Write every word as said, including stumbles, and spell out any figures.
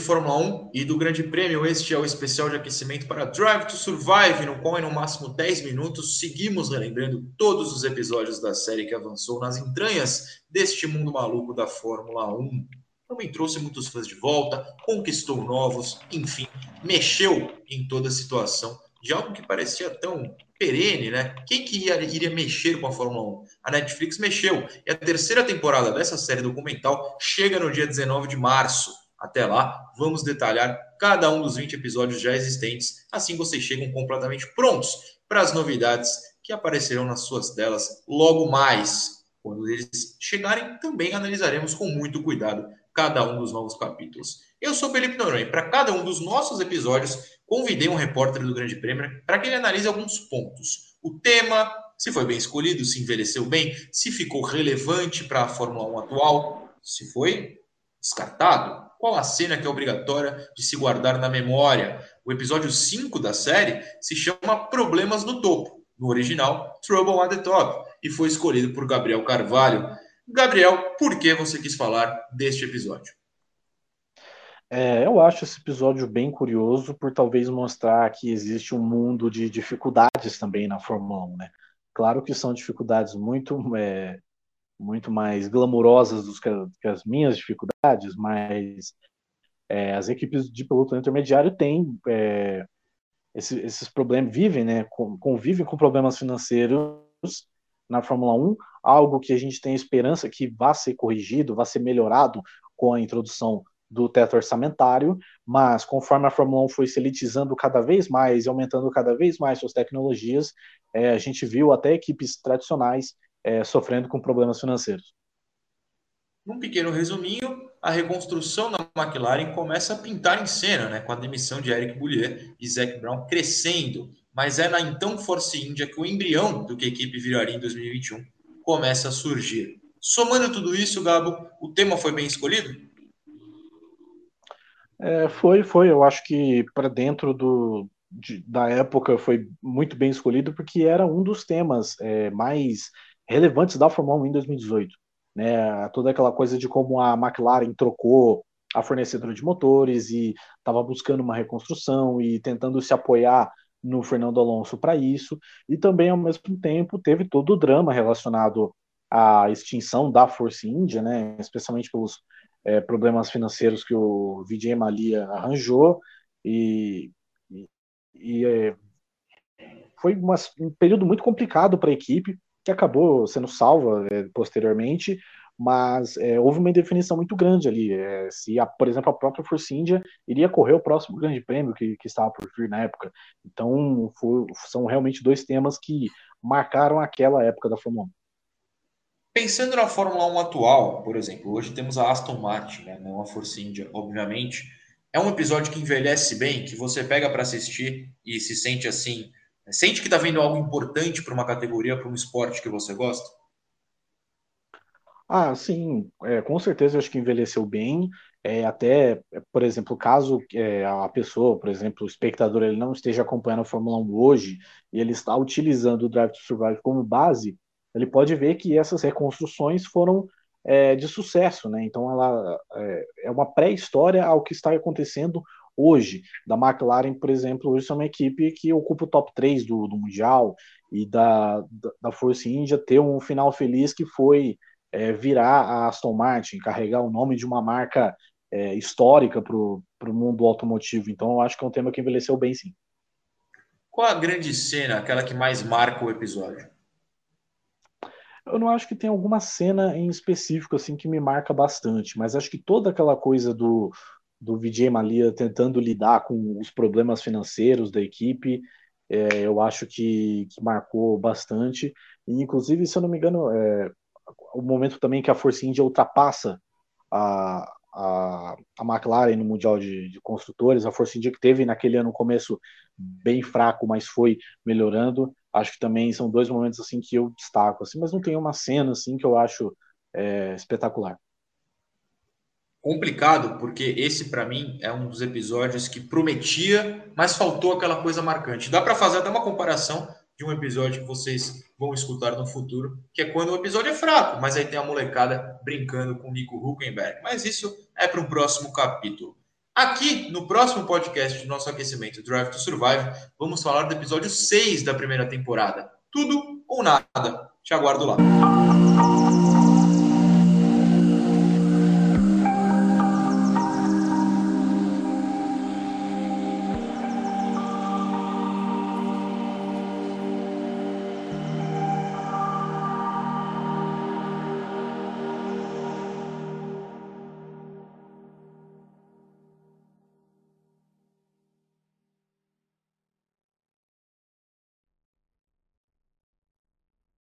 Fórmula um e do Grande Prêmio. Este é o especial de aquecimento para Drive to Survive, no qual em no máximo dez minutos seguimos relembrando todos os episódios da série que avançou nas entranhas deste mundo maluco da Fórmula um. Também trouxe muitos fãs de volta, conquistou novos, enfim, mexeu em toda a situação de algo que parecia tão perene, né? Quem que ia, iria mexer com a Fórmula um? A Netflix mexeu, e a terceira temporada dessa série documental chega no dia dezenove de março. Até lá, vamos detalhar cada um dos vinte episódios já existentes, assim vocês chegam completamente prontos para as novidades que aparecerão nas suas telas logo mais. Quando eles chegarem, também analisaremos com muito cuidado cada um dos novos capítulos. Eu sou Felipe Noronha e para cada um dos nossos episódios, convidei um repórter do Grande Prêmio para que ele analise alguns pontos. O tema, se foi bem escolhido, se envelheceu bem, se ficou relevante para a Fórmula um atual, se foi descartado. Qual a cena que é obrigatória de se guardar na memória? O episódio cinco da série se chama Problemas no Topo. No original, Trouble at the Top. E foi escolhido por Gabriel Carvalho. Gabriel, por que você quis falar deste episódio? É, eu acho esse episódio bem curioso por talvez mostrar que existe um mundo de dificuldades também na Fórmula um, né? Claro que são dificuldades muito, é, muito mais glamurosas do que, que as minhas dificuldades, mas é, as equipes de piloto intermediário têm é, esse, esses problemas, vivem, né? Convivem com problemas financeiros na Fórmula um, algo que a gente tem esperança que vá ser corrigido, vá ser melhorado com a introdução do teto orçamentário, mas conforme a Fórmula um foi se elitizando cada vez mais e aumentando cada vez mais suas tecnologias, é, a gente viu até equipes tradicionais é, sofrendo com problemas financeiros. Num pequeno resuminho, a reconstrução da McLaren começa a pintar em cena, né, com a demissão de Eric Boulier e Zac Brown crescendo. Mas é na então Force India que o embrião do que a equipe viraria em dois mil e vinte e um começa a surgir. Somando tudo isso, Gabo, o tema foi bem escolhido? É, foi, foi. Eu acho que para dentro do, de, da época foi muito bem escolhido porque era um dos temas é, mais relevantes da Fórmula um em dois mil e dezoito. Né? Toda aquela coisa de como a McLaren trocou a fornecedora de motores e estava buscando uma reconstrução e tentando se apoiar no Fernando Alonso para isso. E também, ao mesmo tempo, teve todo o drama relacionado à extinção da Force India, né? Especialmente pelos é, problemas financeiros que o Vijay Mallya arranjou e, e, e é, foi uma, um período muito complicado para a equipe que acabou sendo salva é, posteriormente, mas é, houve uma indefinição muito grande ali. É, se, a, por exemplo, a própria Force India iria correr o próximo Grande Prêmio que, que estava por vir na época. Então, foi, são realmente dois temas que marcaram aquela época da Fórmula um. Pensando na Fórmula um atual, por exemplo, hoje temos a Aston Martin, né, não a Force India, obviamente. É um episódio que envelhece bem, que você pega para assistir e se sente assim, sente que está vendo algo importante para uma categoria, para um esporte que você gosta? Ah, sim, é, com certeza eu acho que envelheceu bem. É, até, por exemplo, caso é, a pessoa, por exemplo, o espectador, ele não esteja acompanhando a Fórmula um hoje e ele está utilizando o Drive to Survive como base, ele pode ver que essas reconstruções foram é, de sucesso, né? Então, ela é, é uma pré-história ao que está acontecendo hoje. Da McLaren, por exemplo, hoje é uma equipe que ocupa o top três do, do Mundial e da, da, da Force India ter um final feliz que foi é, virar a Aston Martin, carregar o nome de uma marca é, histórica para o mundo automotivo. Então, eu acho que é um tema que envelheceu bem, sim. Qual a grande cena, aquela que mais marca o episódio? Eu não acho que tem alguma cena em específico assim que me marca bastante, mas acho que toda aquela coisa do, do Vijay Mallya tentando lidar com os problemas financeiros da equipe, é, eu acho que, que marcou bastante. E, inclusive, se eu não me engano, é, o momento também que a Force India ultrapassa a, a, a McLaren no Mundial de, de Construtores, a Force India que teve naquele ano um começo bem fraco, mas foi melhorando. Acho que também são dois momentos assim que eu destaco, assim, mas não tem uma cena assim que eu acho é, espetacular. Complicado, porque esse para mim é um dos episódios que prometia, mas faltou aquela coisa marcante. Dá para fazer até uma comparação de um episódio que vocês vão escutar no futuro, que é quando o episódio é fraco, mas aí tem a molecada brincando com o Nico Huckenberg. Mas isso é para um próximo capítulo. Aqui, no próximo podcast do nosso aquecimento Drive to Survive, vamos falar do episódio seis da primeira temporada. Tudo ou nada. Te aguardo lá.